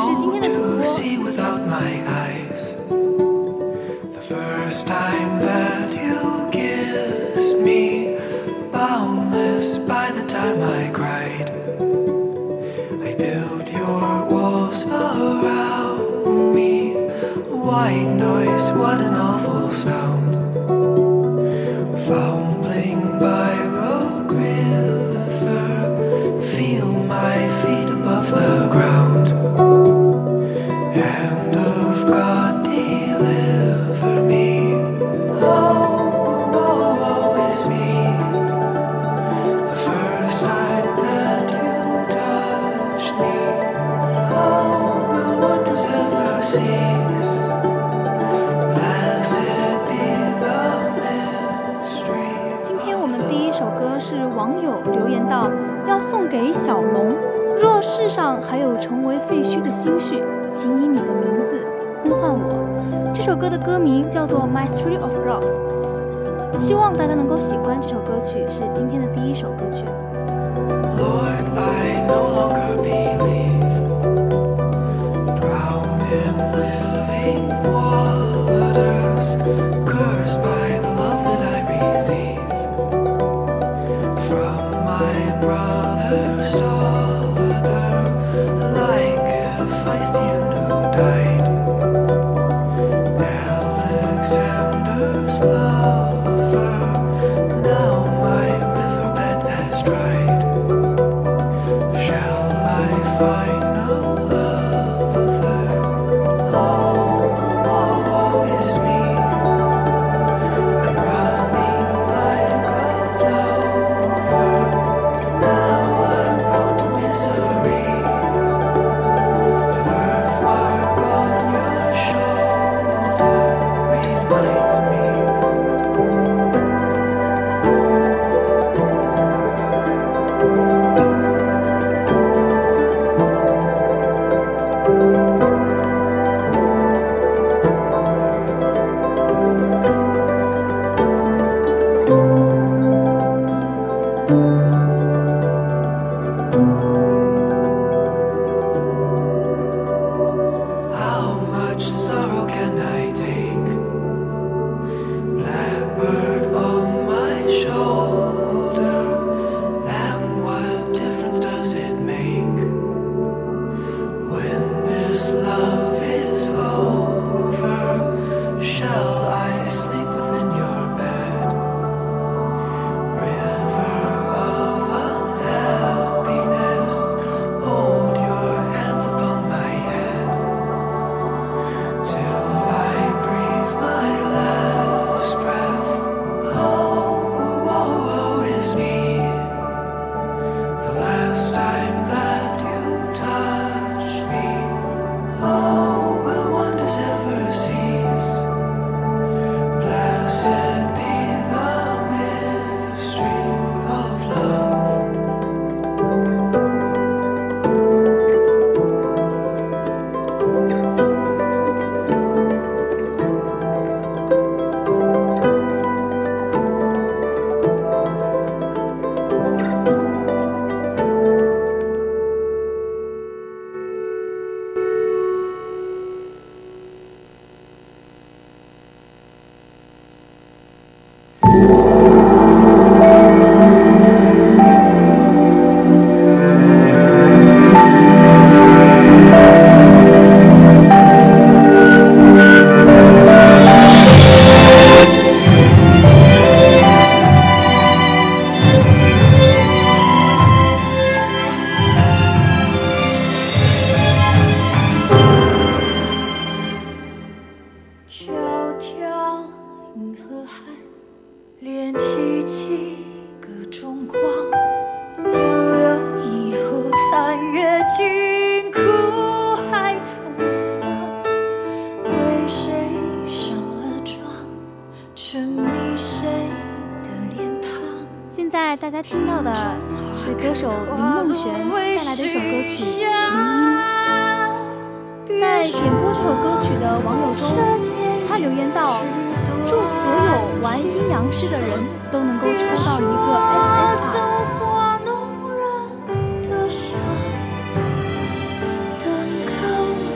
是今天的主播。 First time that you kissed me, boundless by the time I cried. I built your walls around me. White noise, what an awful sound. Fumbling by Rogue River, feel my feet above the ground. Hand of God, deliver me. Oh, always me. The first time that you touched me. Oh, will wonders ever cease? Blessed be the mystery. 今天我们第一首歌是网友留言到，要送给小龙。若世上还有成为废墟的心绪，请以你的名字呼唤我。这首歌的歌名叫做《Mystery of Love》，希望大家能够喜欢这首歌曲，是今天的第一首歌曲。 Lord, I no longer believe, drowned in living waters, cursed by the love that I receive from my brother's daughter, like a Hephaestion who died. Alexander's lover, now my riverbed has dried. Shall I find no other? Oh, woe is me. I'm running like a plover. Now I'm prone to misery. The birthmark on your shoulder reminds me. How much sorrow can I take? Blackbird on my shoulder, and what difference does it make? When this love is over, shall I sleep within your bed? River of unhappiness, hold your hands upon my head, till I breathe my last breath. Oh, woe is me. The last time that you touched me. Oh, will wonders ever cease? Blessed be the mystery of love. 迢迢银河海，连起几个中光，悠悠一湖残月，尽苦还沧桑。为谁上了妆，沉迷谁的脸庞？ 现在大家听到的是歌手林梦璇带来的一首歌曲《林荫》。在点播这首歌曲的网友中，他留言道：祝所有玩阴阳师的人都能够抽到一个 SSR。 动人的笑，登高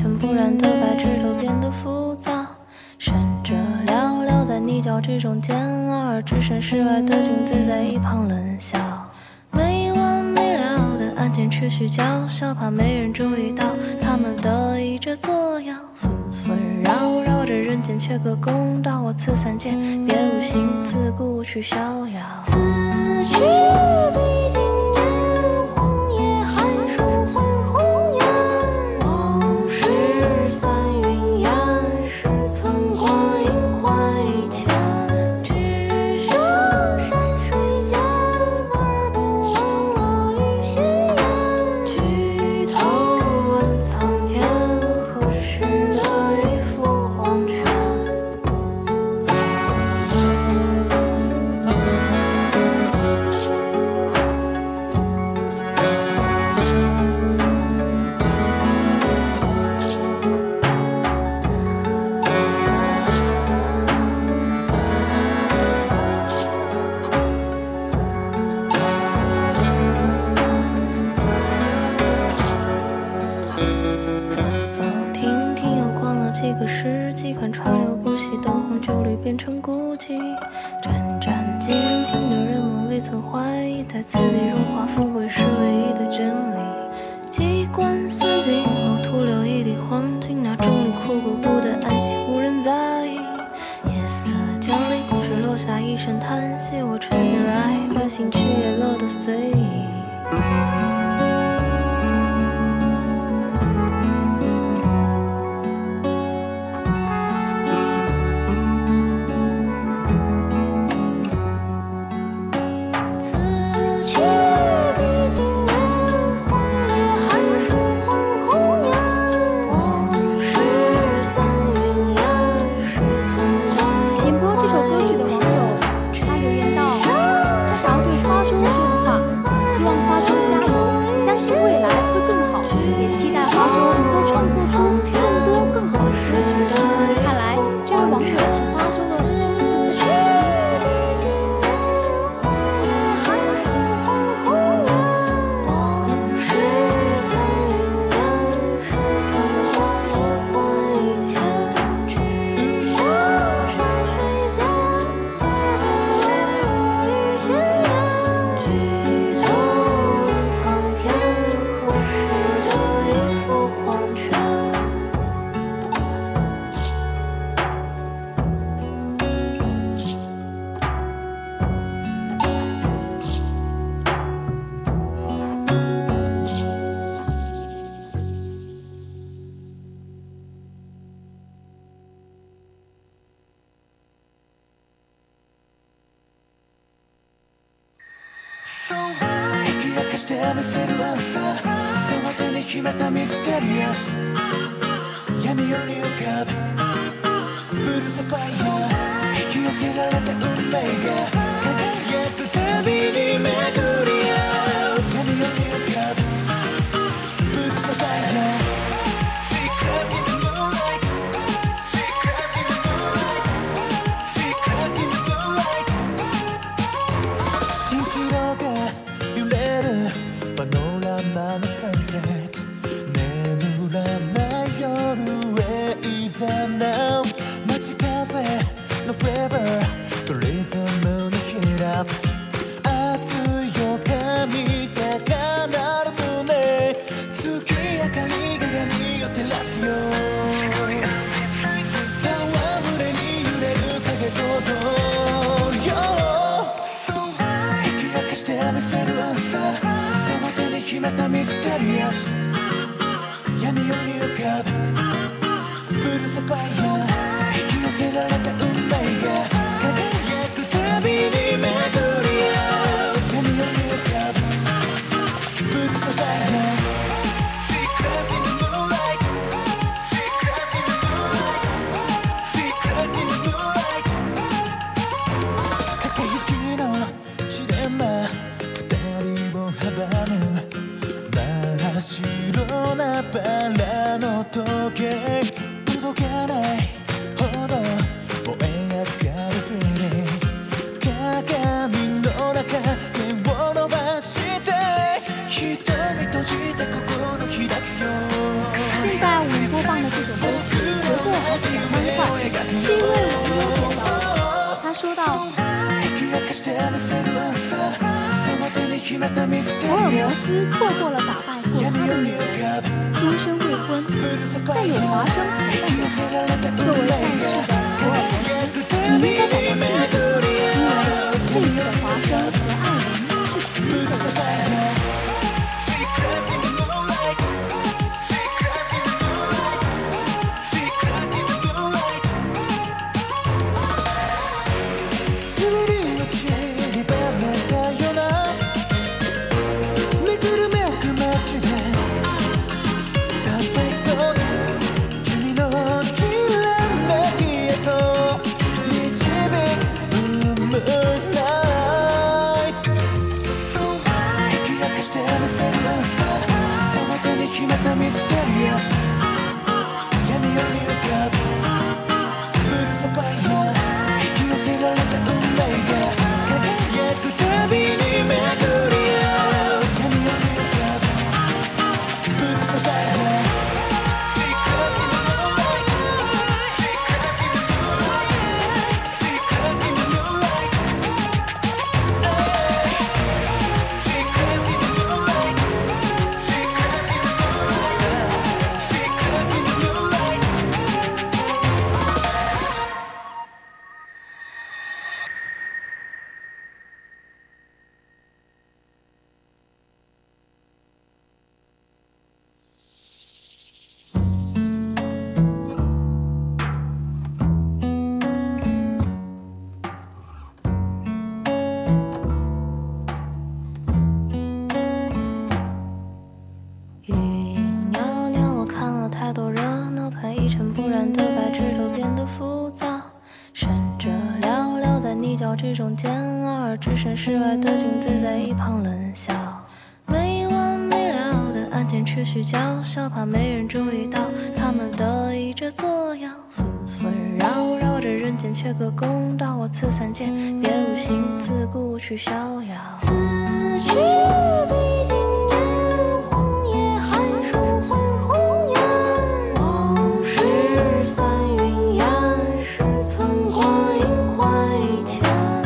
全不然的白纸都变得浮躁，甚至寥寥在泥沼之中煎熬，而置身事外的镜子在一旁冷笑。没完没了的案件持续叫嚣，怕没人注意到他们得意着作妖，纷纷扰扰着人间缺个公道。我此三界别无心，自古去逍遥。此去必经年，荒野寒暑换红颜。往事散云烟，是寸光阴换一千。只剩山水间，耳不闻我语闲言。举头问苍天，何时得一副黄泉？走走停停，又逛了几个世纪，看川流不息的红酒绿变成孤寂。战战兢兢的人们未曾怀疑，在此地荣华富贵是唯一的真理。机关算尽后徒留一地黄金，那种离苦不不的安息无人在意。夜色降临时落下一声叹息，我沉醒来，把心去也乐得随意。 解かしてみせるアンサー、その手に秘めたミステリアス闇夜に浮かぶブルーサファイア、引き寄せられた運命が輝くたびに巡り合う闇夜に浮かぶブルーサファイア、Secret in the moonlight Secret in the moonlight Secret in the moonlight 蜃気楼が揺れるパノラマのサンセット、眠らない夜へいざなう街風のフレーバーとリズムのヒート、熱い予感に高鳴る胸、月明かりが闇を照らすよ、戯れに揺れる影と踊るよ、解き明かしてみせるアンサー、その手に秘めたミステリアス闇夜に浮かぶブルーサファイア、引き寄せられた運命が輝くたびに巡り合う闇夜に浮かぶブルーサファイア、Secret in the moonlight Secret in the moonlight Secret in the moonlight 駆け引きのジレンマ、二人を阻む真っ白なバラの時計、届かない摩斯错过了打败过他的女人，终身未婚，在有华生陪伴下，作为在世的福尔摩斯，你应该感到幸福，因为这次的华生和艾琳是同一个人。 这种尖耳，置身事外的镜子在一旁冷笑，没完没了的案件持续叫嚣，怕没人注意到他们得意着作妖，纷纷扰扰着人间缺个公道，我此三界别无心自顾去逍遥，此去必经年，荒野寒暑换红颜，往事散云烟，是存光阴换一天。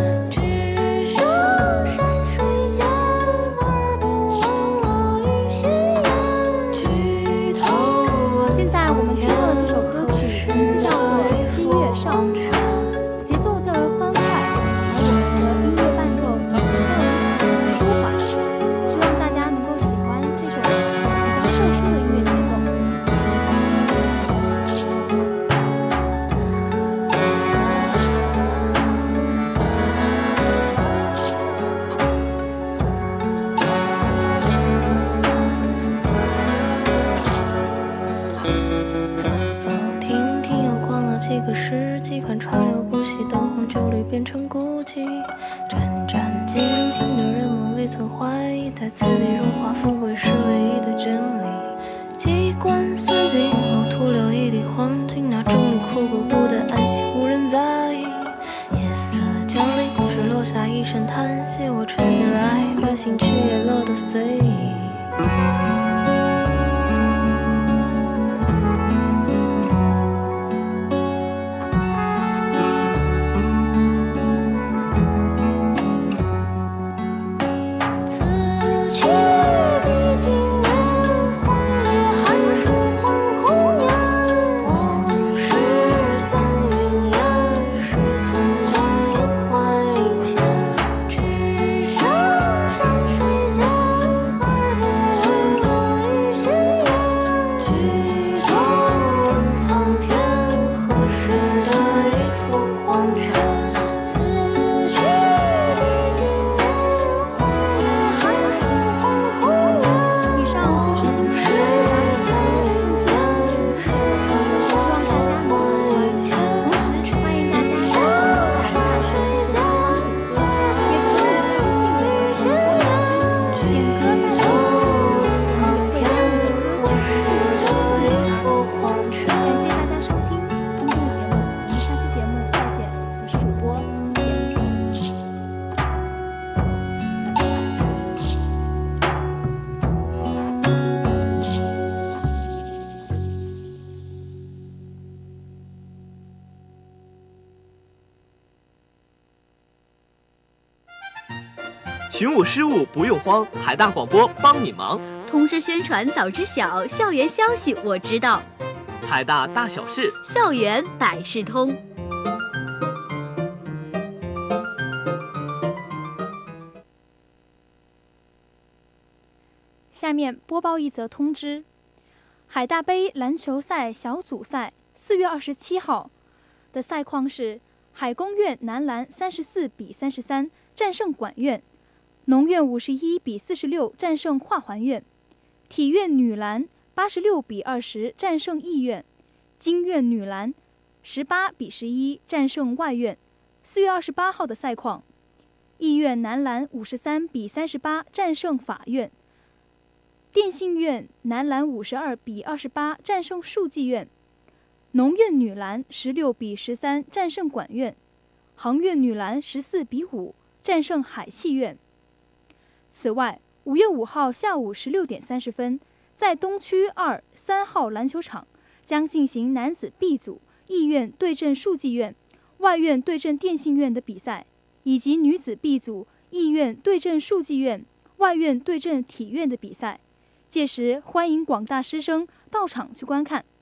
几款川流不息的红酒绿变成孤寂，战战兢兢的人们未曾怀疑，在此地荣华富贵是唯一的真理。机关算尽后徒留一地黄金，那众女哭过不得安息，无人在意。夜色降临时落下一声叹息，我沉醒来，把心去也乐得随意。 巡舞失误不用慌，海大广播帮你忙。 通识宣传早知晓，校园消息我知道。 海大大小事， 校园百事通。 下面播报一则通知：海大杯篮球赛小组赛4月27号的赛况是海工院男篮34比33战胜管院，农院51比46战胜化环院，体院女篮86比20战胜义院，经院女篮18比11战胜外院。4月28号的赛况：义院男篮53比38战胜法院，电信院男篮52比28战胜树纪院，农院女篮16比13战胜管院，航院女篮14比5战胜海气院。此外，5月5号下午16点30分，在东区2、3号篮球场将进行男子 B 组义院对阵树纪院、外院对阵电信院的比赛，以及女子 B 组义院对阵树纪院、外院对阵体院的比赛。届时欢迎广大师生到场去观看。